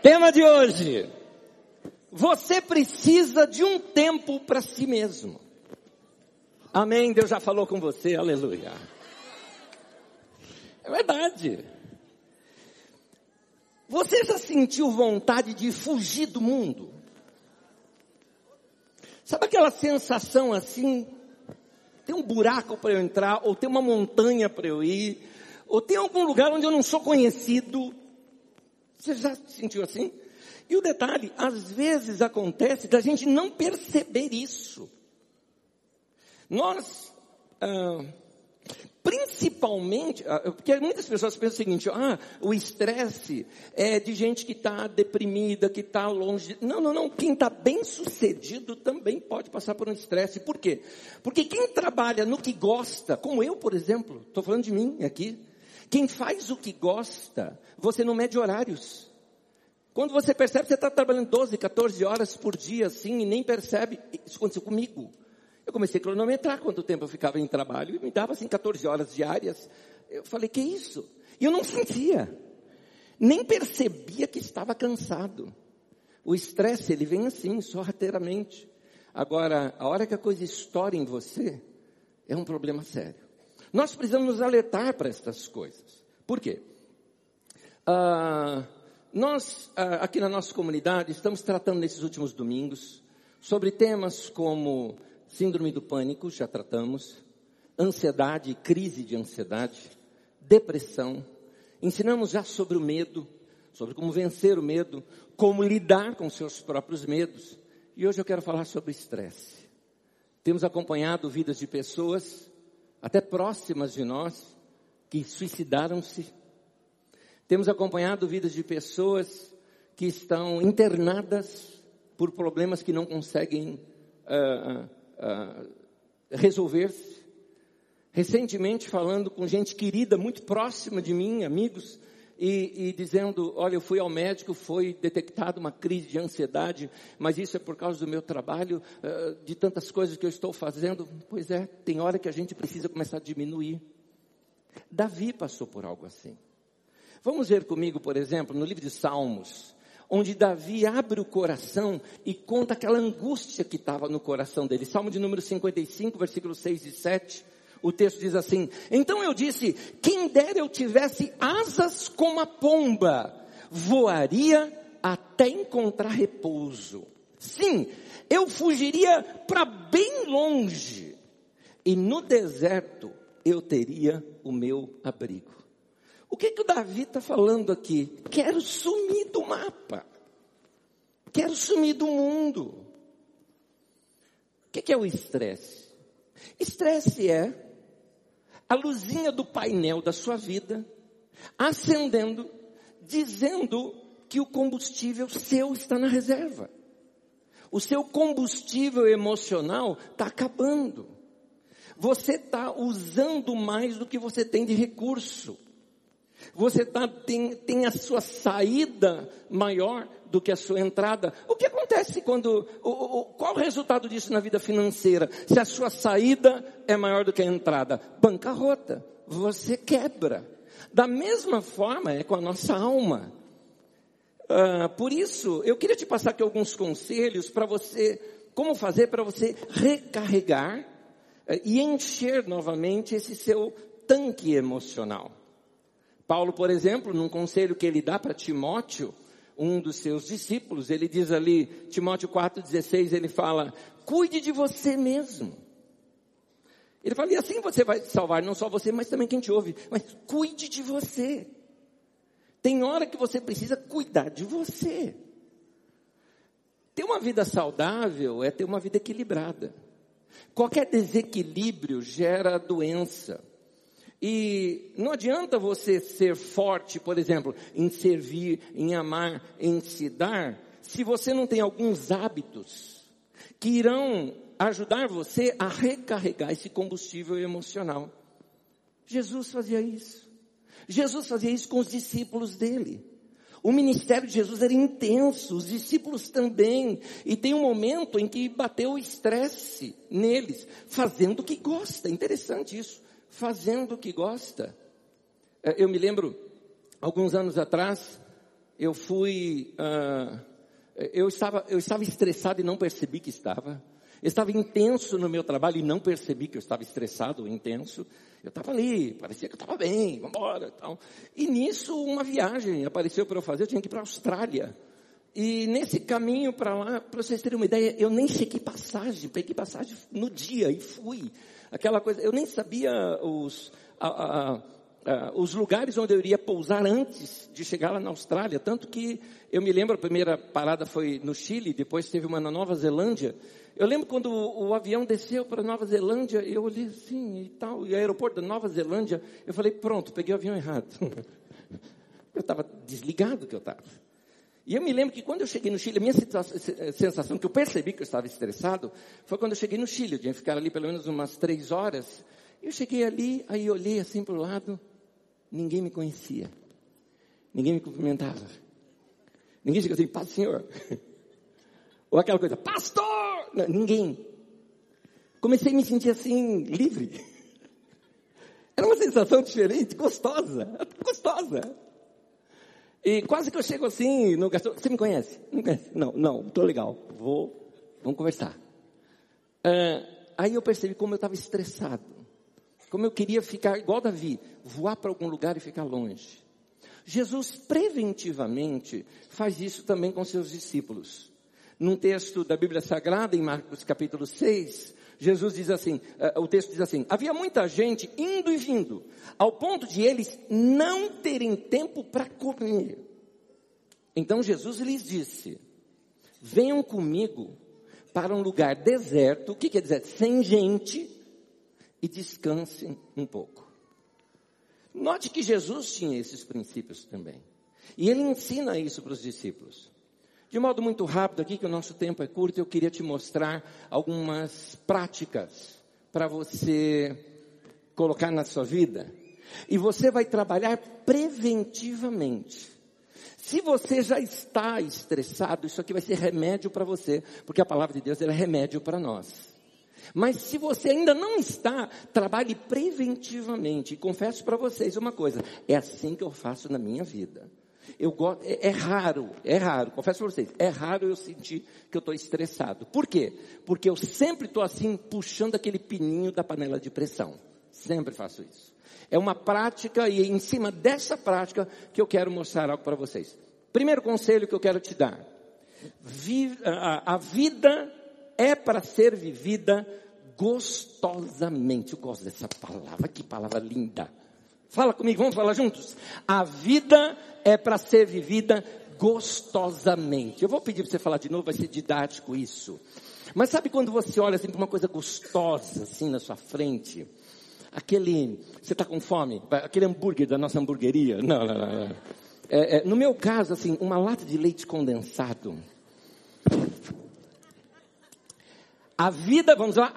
Tema de hoje: você precisa de um tempo para si mesmo. Amém? Deus já falou com você, aleluia. É verdade. Você já sentiu vontade de fugir do mundo? Sabe aquela sensação assim? Tem um buraco para eu entrar, ou tem uma montanha para eu ir, ou tem algum lugar onde eu não sou conhecido. Você já se sentiu assim? E o detalhe, às vezes acontece da gente não perceber isso. Nós, principalmente, porque muitas pessoas pensam o seguinte: o estresse é de gente que está deprimida, que está longe. Não, quem está bem sucedido também pode passar por um estresse. Por quê? Porque quem trabalha no que gosta, como eu, por exemplo, estou falando de mim aqui, quem faz o que gosta, você não mede horários. Quando você percebe, você está trabalhando 12, 14 horas por dia, assim, e nem percebe. Isso aconteceu comigo. Eu comecei a cronometrar quanto tempo eu ficava em trabalho, e me dava assim 14 horas diárias. Eu falei, que isso? E eu não sentia. Nem percebia que estava cansado. O estresse, ele vem assim, sorrateiramente. Agora, a hora que a coisa estoura em você, é um problema sério. Nós precisamos nos alertar para estas coisas. Por quê? Nós, aqui na nossa comunidade, estamos tratando nesses últimos domingos sobre temas como síndrome do pânico, já tratamos, ansiedade, crise de ansiedade, depressão. Ensinamos já sobre o medo, sobre como vencer o medo, como lidar com seus próprios medos. E hoje eu quero falar sobre estresse. Temos acompanhado vidas de pessoas, até próximas de nós, que suicidaram-se. Temos acompanhado vidas de pessoas que estão internadas por problemas que não conseguem resolver-se. Recentemente falando com gente querida, muito próxima de mim, amigos, e dizendo, olha, eu fui ao médico, foi detectada uma crise de ansiedade, mas isso é por causa do meu trabalho, de tantas coisas que eu estou fazendo. Pois é, tem hora que a gente precisa começar a diminuir. Davi passou por algo assim. Vamos ver comigo, por exemplo, no livro de Salmos, onde Davi abre o coração e conta aquela angústia que estava no coração dele. Salmo de número 55, versículos 6 e 7, o texto diz assim: então eu disse, quem dera eu tivesse asas como a pomba, voaria até encontrar repouso. Sim, eu fugiria para bem longe, e no deserto eu teria o meu abrigo. O que o Davi está falando aqui? Quero sumir do mapa. Quero sumir do mundo. O que é o estresse? Estresse é a luzinha do painel da sua vida acendendo, dizendo que o combustível seu está na reserva. O seu combustível emocional está acabando. Você está usando mais do que você tem de recurso. Você tem a sua saída maior do que a sua entrada. O que acontece quando... qual o resultado disso na vida financeira? Se a sua saída é maior do que a entrada? Bancarrota. Você quebra. Da mesma forma é com a nossa alma. Por isso, eu queria te passar aqui alguns conselhos para você... Como fazer para você recarregar e encher novamente esse seu tanque emocional. Paulo, por exemplo, num conselho que ele dá para Timóteo, um dos seus discípulos, ele diz ali, Timóteo 4,16, ele fala, cuide de você mesmo. Ele fala, e assim você vai salvar não só você, mas também quem te ouve. Mas cuide de você. Tem hora que você precisa cuidar de você. Ter uma vida saudável é ter uma vida equilibrada. Qualquer desequilíbrio gera doença. E não adianta você ser forte, por exemplo, em servir, em amar, em se dar, se você não tem alguns hábitos que irão ajudar você a recarregar esse combustível emocional. Jesus fazia isso. Jesus fazia isso com os discípulos dele. O ministério de Jesus era intenso, os discípulos também. E tem um momento em que bateu o estresse neles, fazendo o que gosta. Interessante isso. Fazendo o que gosta. Eu me lembro, alguns anos atrás, eu fui, eu estava estressado e não percebi que estava. Eu estava intenso no meu trabalho e não percebi que eu estava estressado ou intenso. Eu estava ali, parecia que eu estava bem, vamos embora, tal. E nisso uma viagem apareceu para eu fazer, eu tinha que ir para a Austrália. E nesse caminho para lá, para vocês terem uma ideia, eu nem chequei passagem, peguei passagem no dia e fui. Aquela coisa, eu nem sabia os lugares onde eu iria pousar antes de chegar lá na Austrália. Tanto que eu me lembro, a primeira parada foi no Chile, depois teve uma na Nova Zelândia. Eu lembro quando o avião desceu para Nova Zelândia, eu olhei assim e tal, e o aeroporto da Nova Zelândia, eu falei, pronto, peguei o avião errado. Eu estava desligado que eu estava. E eu me lembro que quando eu cheguei no Chile, a minha sensação, que eu percebi que eu estava estressado, foi quando eu cheguei no Chile. Eu tinha que ficar ali pelo menos umas 3 horas. Eu cheguei ali, aí olhei assim para o lado, ninguém me conhecia. Ninguém me cumprimentava. Ninguém chegou assim, paz, senhor. Ou aquela coisa, pastor! Não, ninguém. Comecei a me sentir assim, livre. Era uma sensação diferente, gostosa. E quase que eu chego assim no garçom. Você me conhece? Não conhece? Não, estou legal. Vamos conversar. Aí eu percebi como eu estava estressado. Como eu queria ficar igual Davi, voar para algum lugar e ficar longe. Jesus preventivamente faz isso também com seus discípulos. Num texto da Bíblia Sagrada, em Marcos capítulo 6, Jesus diz assim, o texto diz assim, havia muita gente indo e vindo, ao ponto de eles não terem tempo para comer. Então Jesus lhes disse, venham comigo para um lugar deserto, o que quer dizer? Sem gente, e descansem um pouco. Note que Jesus tinha esses princípios também. E ele ensina isso para os discípulos. De modo muito rápido aqui, que o nosso tempo é curto, eu queria te mostrar algumas práticas para você colocar na sua vida. E você vai trabalhar preventivamente. Se você já está estressado, isso aqui vai ser remédio para você, porque a palavra de Deus ela é remédio para nós. Mas se você ainda não está, trabalhe preventivamente. E confesso para vocês uma coisa, é assim que eu faço na minha vida. É raro, confesso para vocês, é raro eu sentir que eu estou estressado. Por quê? Porque eu sempre estou assim, puxando aquele pininho da panela de pressão. Sempre faço isso. É uma prática e em cima dessa prática que eu quero mostrar algo para vocês. Primeiro conselho que eu quero te dar. A vida é para ser vivida gostosamente. Eu gosto dessa palavra, que palavra linda. Fala comigo, vamos falar juntos? A vida é para ser vivida gostosamente. Eu vou pedir para você falar de novo, vai ser didático isso. Mas sabe quando você olha assim para uma coisa gostosa assim na sua frente? Você está com fome? Aquele hambúrguer da nossa hamburgueria? Não. No meu caso, assim, uma lata de leite condensado. A vida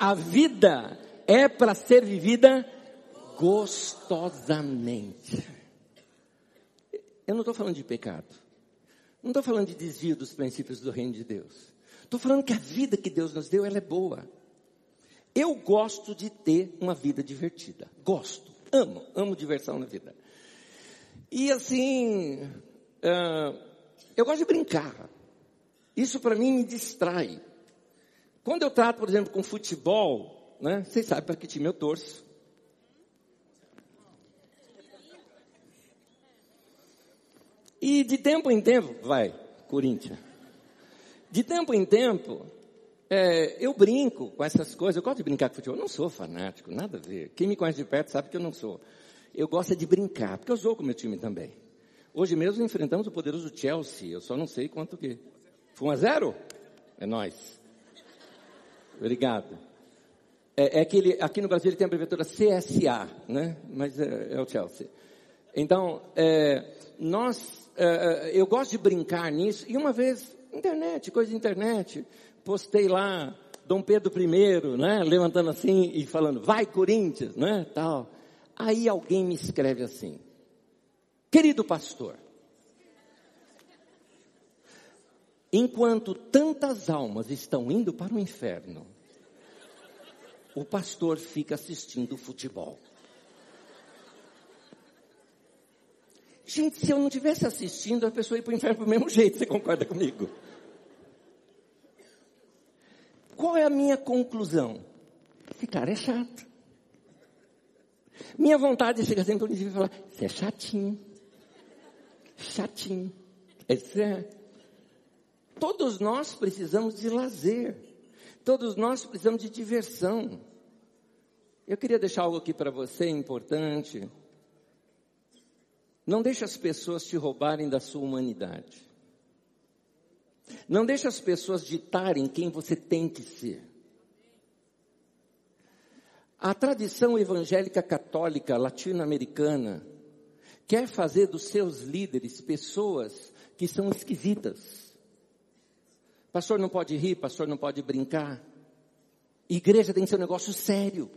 é para ser vivida gostosamente. Eu não estou falando de pecado. Não estou falando de desvio dos princípios do reino de Deus. Estou falando que a vida que Deus nos deu, ela é boa. Eu gosto de ter uma vida divertida. Gosto. Amo diversão na vida. E assim, eu gosto de brincar. Isso para mim me distrai. Quando eu trato, por exemplo, com futebol, né? Vocês sabem para que time eu torço. E de tempo em tempo, Corinthians. De tempo em tempo, eu brinco com essas coisas. Eu gosto de brincar com futebol. Eu não sou fanático, nada a ver. Quem me conhece de perto sabe que eu não sou. Eu gosto de brincar, porque eu jogo com o meu time também. Hoje mesmo enfrentamos o poderoso Chelsea. Eu só não sei quanto que. Foi 1-0? É nóis. Obrigado. Aqui no Brasil ele tem a abreviatura CSA, né? Mas é o Chelsea. Então, eu gosto de brincar nisso. E uma vez, coisa de internet, postei lá, Dom Pedro I, né? Levantando assim e falando, vai Corinthians, né? Tal. Aí alguém me escreve assim, querido pastor, enquanto tantas almas estão indo para o inferno, o pastor fica assistindo futebol. Gente, se eu não estivesse assistindo, a pessoa ia para o inferno do mesmo jeito, você concorda comigo? Qual é a minha conclusão? Esse cara é chato. Minha vontade é chegar sempre para o e falar, você é chatinho. Chatinho. Isso é. Todos nós precisamos de lazer. Todos nós precisamos de diversão. Eu queria deixar algo aqui para você importante. Não deixe as pessoas te roubarem da sua humanidade. Não deixe as pessoas ditarem quem você tem que ser. A tradição evangélica católica latino-americana quer fazer dos seus líderes pessoas que são esquisitas. Pastor não pode rir, pastor não pode brincar. Igreja tem que ser um negócio sério.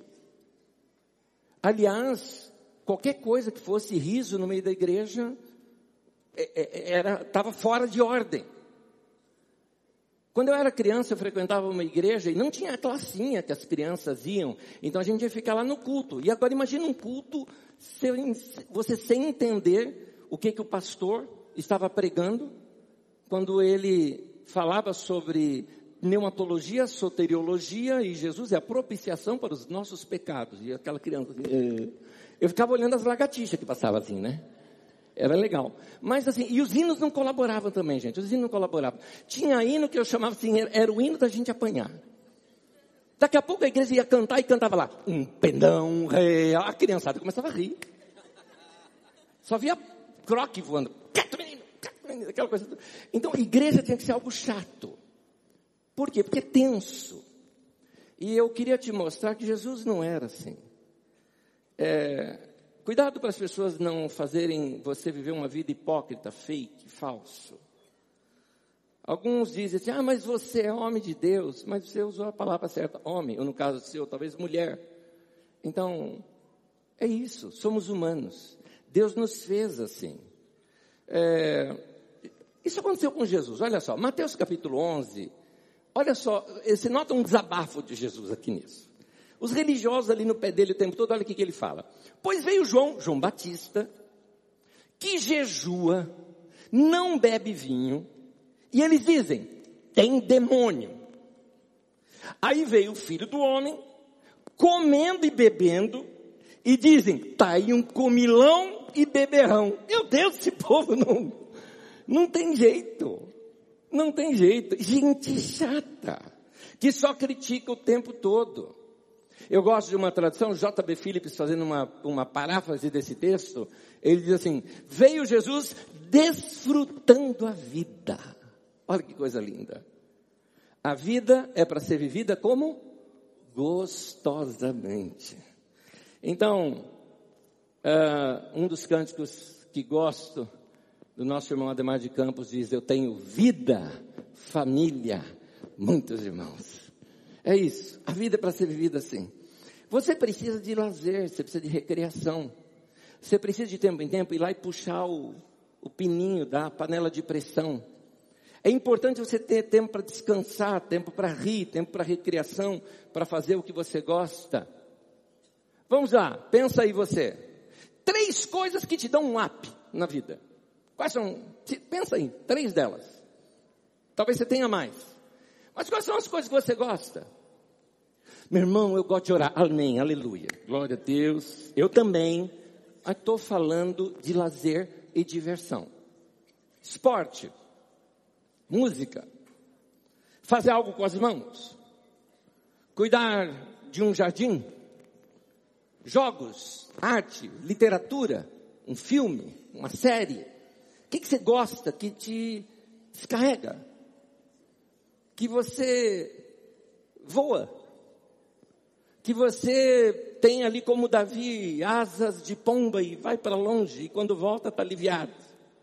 Aliás, qualquer coisa que fosse riso no meio da igreja estava fora de ordem. Quando eu era criança, eu frequentava uma igreja e não tinha a classinha que as crianças iam. Então a gente ia ficar lá no culto. E agora imagina um culto, você sem entender o que o pastor estava pregando, quando ele falava sobre pneumatologia, soteriologia, e Jesus é a propiciação para os nossos pecados. E aquela criança assim, eu ficava olhando as lagartixas que passavam assim, né? Era legal. Mas assim, e os hinos não colaboravam também, gente. Os hinos não colaboravam. Tinha hino que eu chamava assim, era o hino da gente apanhar. Daqui a pouco a igreja ia cantar e cantava lá, um pendão real. A criançada começava a rir. Só via croque voando. Aquela coisa. Então, igreja tinha que ser algo chato. Por quê? Porque é tenso. E eu queria te mostrar que Jesus não era assim. Cuidado para as pessoas não fazerem você viver uma vida hipócrita, fake, falso. Alguns dizem assim, mas você é homem de Deus, mas você usou a palavra certa, homem, ou no caso seu, talvez mulher. Então, é isso, somos humanos. Deus nos fez assim. Isso aconteceu com Jesus, olha só, Mateus capítulo 11, olha só, você nota um desabafo de Jesus aqui nisso. Os religiosos ali no pé dele o tempo todo, olha o que ele fala. Pois veio João Batista, que jejua, não bebe vinho, e eles dizem, tem demônio. Aí veio o Filho do Homem, comendo e bebendo, e dizem, tá aí um comilão e beberrão. Meu Deus, esse povo não tem jeito. Não tem jeito. Gente chata, que só critica o tempo todo. Eu gosto de uma tradução, J.B. Phillips fazendo uma paráfrase desse texto, ele diz assim, veio Jesus desfrutando a vida. Olha que coisa linda. A vida é para ser vivida como? Gostosamente. Então, um dos cânticos que gosto do nosso irmão Ademar de Campos diz, eu tenho vida, família, muitos irmãos. É isso, a vida é para ser vivida assim. Você precisa de lazer, você precisa de recreação. Você precisa de tempo em tempo ir lá e puxar o pininho da panela de pressão. É importante você ter tempo para descansar, tempo para rir, tempo para recreação, para fazer o que você gosta. Vamos lá, pensa aí você. 3 coisas que te dão um up na vida. Quais são? Pensa aí, 3 delas. Talvez você tenha mais. Mas quais são as coisas que você gosta? Meu irmão, eu gosto de orar. Amém, aleluia. Glória a Deus. Eu também. Estou falando de lazer e diversão. Esporte. Música. Fazer algo com as mãos. Cuidar de um jardim. Jogos, arte, literatura. Um filme, uma série. O que você gosta que te descarrega? Que você voa, que você tem ali como Davi, asas de pomba e vai para longe, e quando volta está aliviado.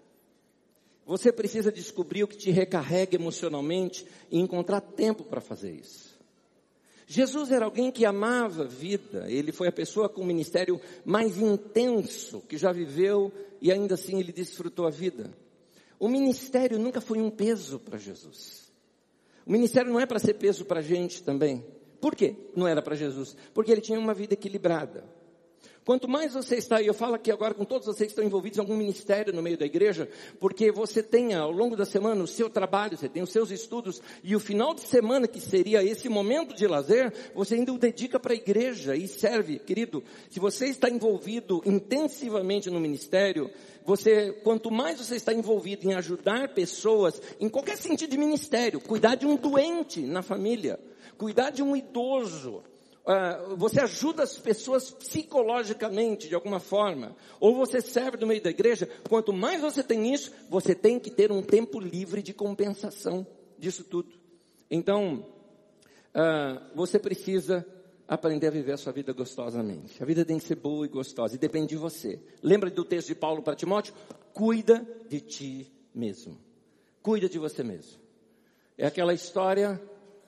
Você precisa descobrir o que te recarrega emocionalmente e encontrar tempo para fazer isso. Jesus era alguém que amava a vida, ele foi a pessoa com o ministério mais intenso que já viveu e ainda assim ele desfrutou a vida. O ministério nunca foi um peso para Jesus. O ministério não é para ser peso para a gente também. Por quê? Não era para Jesus. Porque ele tinha uma vida equilibrada. Quanto mais você está aí, eu falo aqui agora com todos vocês que estão envolvidos em algum ministério no meio da igreja, porque você tem ao longo da semana o seu trabalho, você tem os seus estudos, e o final de semana, que seria esse momento de lazer, você ainda o dedica para a igreja e serve. Querido, se você está envolvido intensivamente no ministério, quanto mais você está envolvido em ajudar pessoas, em qualquer sentido de ministério, cuidar de um doente na família, cuidar de um idoso, você ajuda as pessoas psicologicamente de alguma forma, ou você serve no meio da igreja, quanto mais você tem isso, você tem que ter um tempo livre de compensação disso tudo. Então, você precisa aprender a viver a sua vida gostosamente. A vida tem que ser boa e gostosa, e depende de você. Lembra do texto de Paulo para Timóteo? Cuida de ti mesmo. Cuida de você mesmo. É aquela história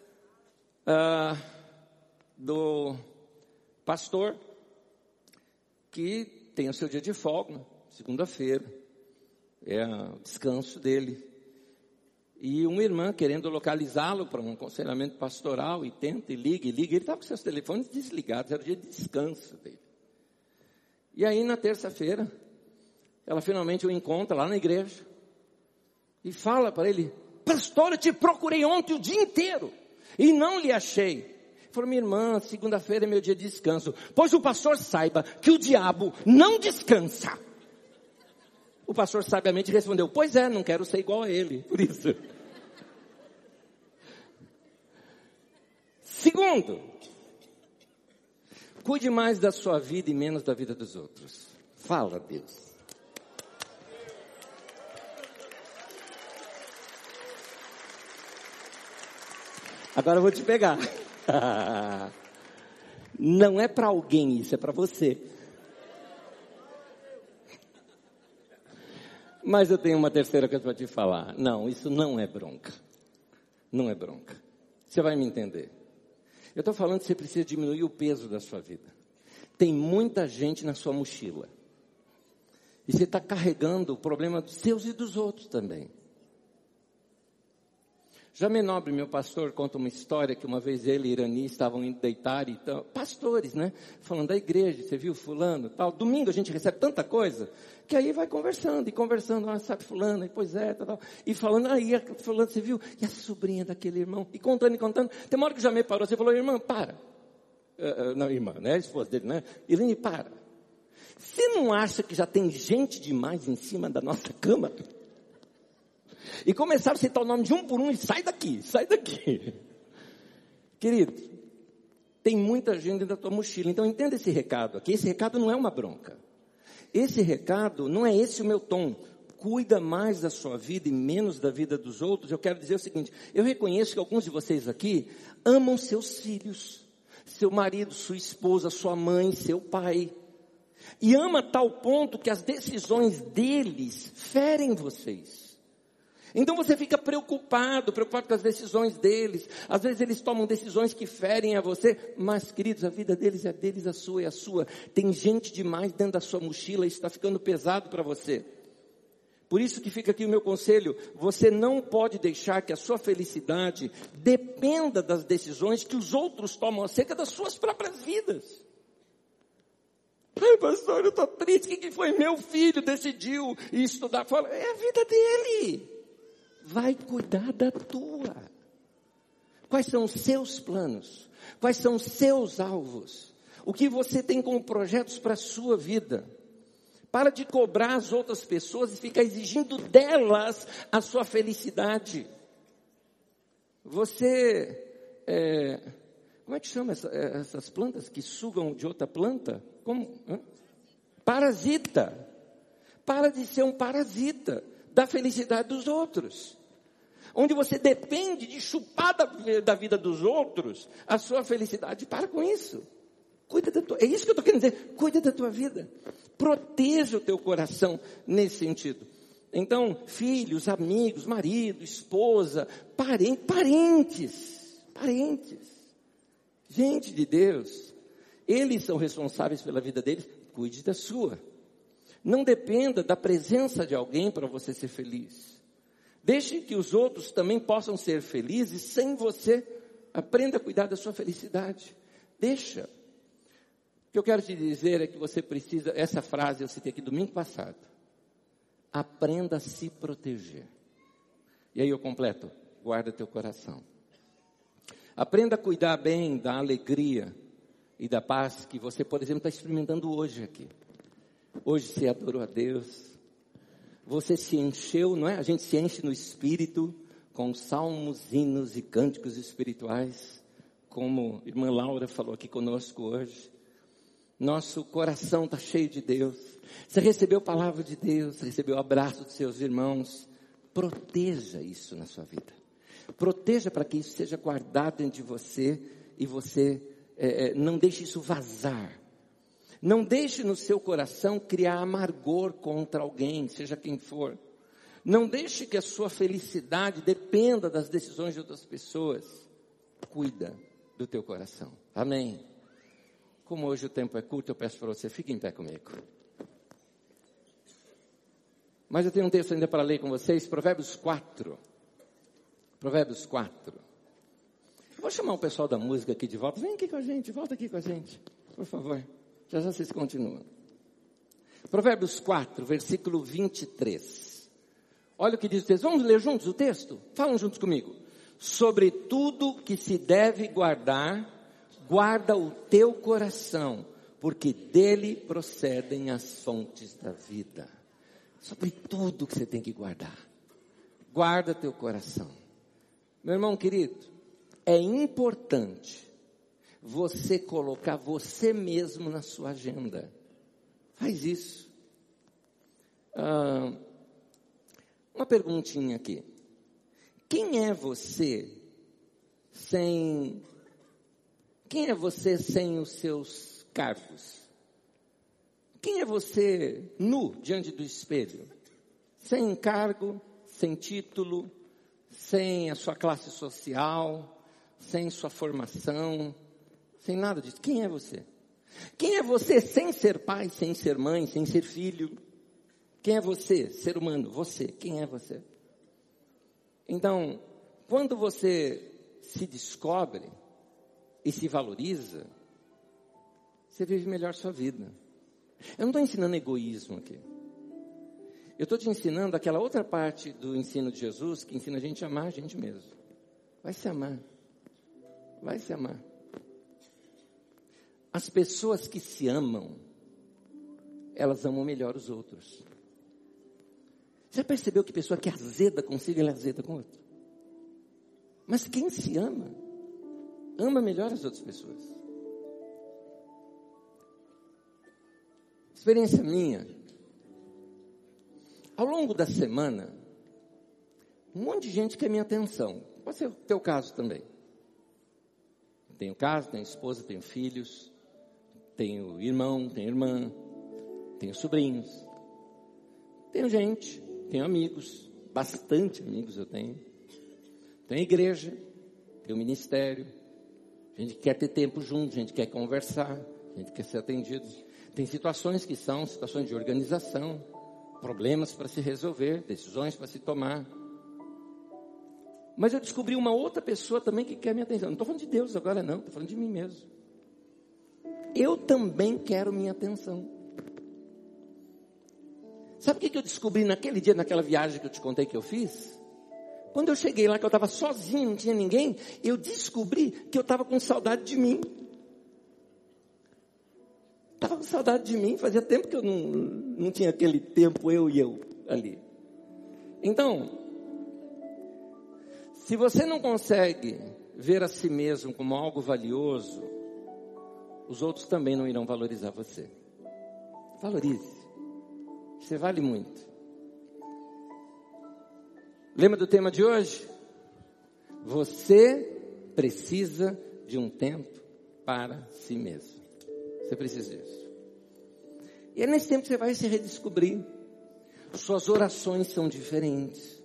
do pastor que tem o seu dia de folga, segunda-feira, é o descanso dele. E uma irmã querendo localizá-lo para um aconselhamento pastoral, e tenta, e liga, ele estava com seus telefones desligados, era o dia de descanso dele. E aí na terça-feira, ela finalmente o encontra lá na igreja, e fala para ele: pastor, eu te procurei ontem o dia inteiro, e não lhe achei. Falou: minha irmã, segunda-feira é meu dia de descanso. Pois o pastor saiba que o diabo não descansa. O pastor sabiamente respondeu: pois é, não quero ser igual a ele, por isso. Segundo, cuide mais da sua vida e menos da vida dos outros. Fala, Deus. Agora eu vou te pegar. Não é para alguém isso, é para você. Mas eu tenho uma terceira coisa para te falar. Não, isso não é bronca. Não é bronca. Você vai me entender. Eu estou falando que você precisa diminuir o peso da sua vida. Tem muita gente na sua mochila. E você está carregando o problema dos seus e dos outros também. Jamé Nobre, meu pastor, conta uma história que uma vez ele e Irani estavam indo deitar, e então, pastores, né? Falando da igreja, você viu fulano, tal. Domingo a gente recebe tanta coisa, que aí vai conversando, sabe fulano, e pois é, tal. E falando, aí fulano, você viu? E a sobrinha daquele irmão, e contando. Tem uma hora que o Jamé parou, você falou: irmã, para. Não, irmã, né? A esposa dele, né? Irani, para. Você não acha que já tem gente demais em cima da nossa cama? E começaram a citar o nome de um por um, e sai daqui. Querido, tem muita gente dentro da tua mochila, então entenda esse recado aqui. Esse recado não é uma bronca. Esse recado, não é esse o meu tom. Cuida mais da sua vida e menos da vida dos outros. Eu quero dizer o seguinte: eu reconheço que alguns de vocês aqui amam seus filhos, seu marido, sua esposa, sua mãe, seu pai. E ama a tal ponto que as decisões deles ferem vocês. Então você fica preocupado com as decisões deles. Às vezes eles tomam decisões que ferem a você. Mas, queridos, a vida deles é deles, a sua é a sua. Tem gente demais dentro da sua mochila e isso está ficando pesado para você. Por isso que fica aqui o meu conselho: você não pode deixar que a sua felicidade dependa das decisões que os outros tomam acerca das suas próprias vidas. Ai, pastor, eu estou triste, que foi meu filho decidiu estudar fora. É a vida dele. Vai cuidar da tua. Quais são os seus planos? Quais são os seus alvos? O que você tem como projetos para a sua vida? Para de cobrar as outras pessoas e ficar exigindo delas a sua felicidade. Você, como é que chama essas plantas que sugam de outra planta? Como? Parasita. Para de ser um parasita da felicidade dos outros. Onde você depende de chupar da vida dos outros a sua felicidade. Para com isso. Cuida da tua, é isso que eu estou querendo dizer. Cuida da tua vida. Proteja o teu coração nesse sentido. Então, filhos, amigos, marido, esposa, parentes. Gente de Deus. Eles são responsáveis pela vida deles. Cuide da sua. Não dependa da presença de alguém para você ser feliz. Deixe que os outros também possam ser felizes sem você. Aprenda a cuidar da sua felicidade. Deixa. O que eu quero te dizer é que você precisa, essa frase eu citei aqui domingo passado, aprenda a se proteger. E aí eu completo, guarda teu coração. Aprenda a cuidar bem da alegria e da paz que você, por exemplo, está experimentando hoje aqui. Hoje você adorou a Deus, você se encheu, não é? A gente se enche no espírito com salmos, hinos e cânticos espirituais, como a irmã Laura falou aqui conosco hoje. Nosso coração está cheio de Deus. Você recebeu a palavra de Deus, recebeu o abraço dos seus irmãos. Proteja isso na sua vida. Proteja para que isso seja guardado dentro de você e você não deixe isso vazar. Não deixe no seu coração criar amargor contra alguém, seja quem for. Não deixe que a sua felicidade dependa das decisões de outras pessoas. Cuida do teu coração. Amém? Como hoje o tempo é curto, eu peço para você, fique em pé comigo. Mas eu tenho um texto ainda para ler com vocês, Provérbios 4. Provérbios 4. Eu vou chamar o pessoal da música aqui de volta. Vem aqui com a gente, volta aqui com a gente, por favor. Já vocês continuam. Provérbios 4, versículo 23. Olha o que diz o texto. Vamos ler juntos o texto? Falam juntos comigo. Sobre tudo que se deve guardar, guarda o teu coração, porque dele procedem as fontes da vida. Sobre tudo que você tem que guardar. Guarda teu coração. Meu irmão querido, é importante você colocar você mesmo na sua agenda. Faz isso. Uma perguntinha aqui. Quem é você sem os seus cargos? Quem é você nu diante do espelho? Sem cargo, sem título, sem a sua classe social, sem sua formação, sem nada disso. Quem é você? Quem é você sem ser pai, sem ser mãe, sem ser filho? Quem é você, ser humano? Você, quem é você? Então, quando você se descobre e se valoriza, você vive melhor sua vida. Eu não estou ensinando egoísmo aqui. Eu estou te ensinando aquela outra parte do ensino de Jesus que ensina a gente a amar a gente mesmo. Vai se amar. Vai se amar. As pessoas que se amam, elas amam melhor os outros. Você percebeu que pessoa que é azeda consigo, ela é azeda com o outro? Mas quem se ama, ama melhor as outras pessoas. Experiência minha. Ao longo da semana, um monte de gente quer minha atenção. Pode ser o teu caso também. Tenho casa, tenho esposa, tenho filhos, tenho irmão, tenho irmã, tenho sobrinhos, tenho gente, tenho amigos, bastante amigos eu tenho. Tenho igreja, tenho ministério, gente que quer ter tempo junto, gente que quer conversar, gente que quer ser atendido. Tem situações que são situações de organização, problemas para se resolver, decisões para se tomar. Mas eu descobri uma outra pessoa também que quer minha atenção. Não estou falando de Deus agora não, estou falando de mim mesmo. Eu também quero minha atenção. Sabe o que eu descobri naquele dia, naquela viagem que eu te contei que eu fiz? Quando eu cheguei lá, que eu estava sozinho, não tinha ninguém, eu descobri que eu estava com saudade de mim. Estava com saudade de mim, fazia tempo que eu não tinha aquele tempo eu ali. Então, se você não consegue ver a si mesmo como algo valioso, os outros também não irão valorizar você. Valorize. Você vale muito. Lembra do tema de hoje? Você precisa de um tempo para si mesmo. Você precisa disso. E é nesse tempo que você vai se redescobrir. Suas orações são diferentes.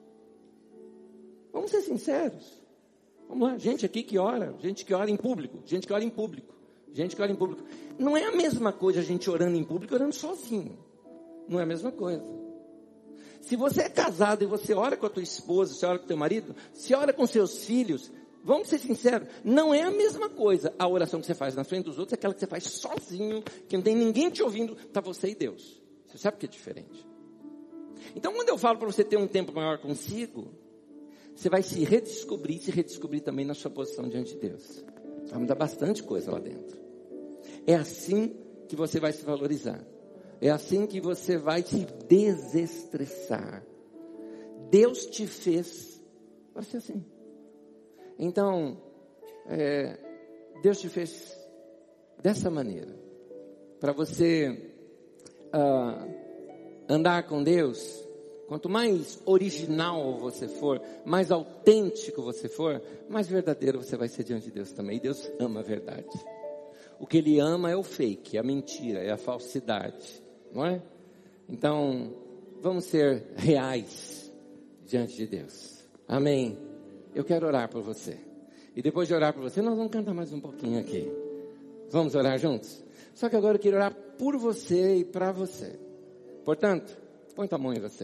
Vamos ser sinceros. Vamos lá, gente aqui que ora, gente que ora em público, gente que ora em público, gente que ora em público. Não é a mesma coisa a gente orando em público e orando sozinho. Não é a mesma coisa. Se você é casado e você ora com a tua esposa, você ora com o teu marido, você ora com seus filhos, Vamos ser sinceros, não é a mesma coisa a oração que você faz na frente dos outros, é aquela que você faz sozinho, que não tem ninguém te ouvindo, está você e Deus. Você sabe que é diferente. Então, quando eu falo para você ter um tempo maior consigo, você vai se redescobrir também na sua posição diante de Deus. Vai mudar bastante coisa lá dentro. É assim que você vai se valorizar. É assim que você vai se desestressar. Deus te fez para ser assim. Então, Deus te fez dessa maneira. Para você andar com Deus, quanto mais original você for, mais autêntico você for, mais verdadeiro você vai ser diante de Deus também. E Deus ama a verdade. O que Ele ama é o fake, é a mentira, é a falsidade, não é? Então, vamos ser reais diante de Deus. Amém. Eu quero orar por você. E depois de orar por você, nós vamos cantar mais um pouquinho aqui. Vamos orar juntos? Só que agora eu quero orar por você e para você. Portanto, põe tua mão em você.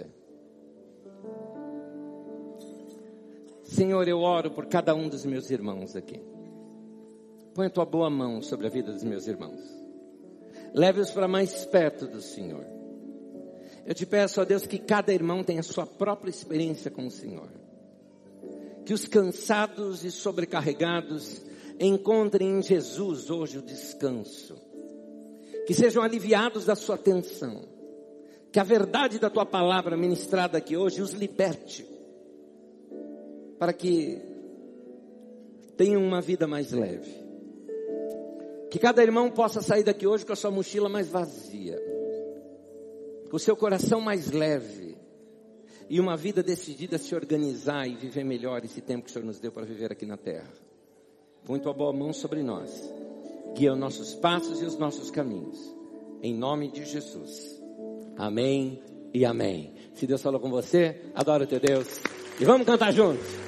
Senhor, eu oro por cada um dos meus irmãos aqui. Põe a tua boa mão sobre a vida dos meus irmãos. Leve-os para mais perto do Senhor. Eu te peço, ó Deus, que cada irmão tenha a sua própria experiência com o Senhor. Que os cansados e sobrecarregados encontrem em Jesus hoje o descanso. Que sejam aliviados da sua tensão. Que a verdade da tua palavra ministrada aqui hoje os liberte. Para que tenham uma vida mais leve. Que cada irmão possa sair daqui hoje com a sua mochila mais vazia. Com o seu coração mais leve. E uma vida decidida a se organizar e viver melhor esse tempo que o Senhor nos deu para viver aqui na terra. Põe tua boa mão sobre nós. Guia os nossos passos e os nossos caminhos. Em nome de Jesus. Amém e amém. Se Deus falou com você, adora o teu Deus. E vamos cantar juntos.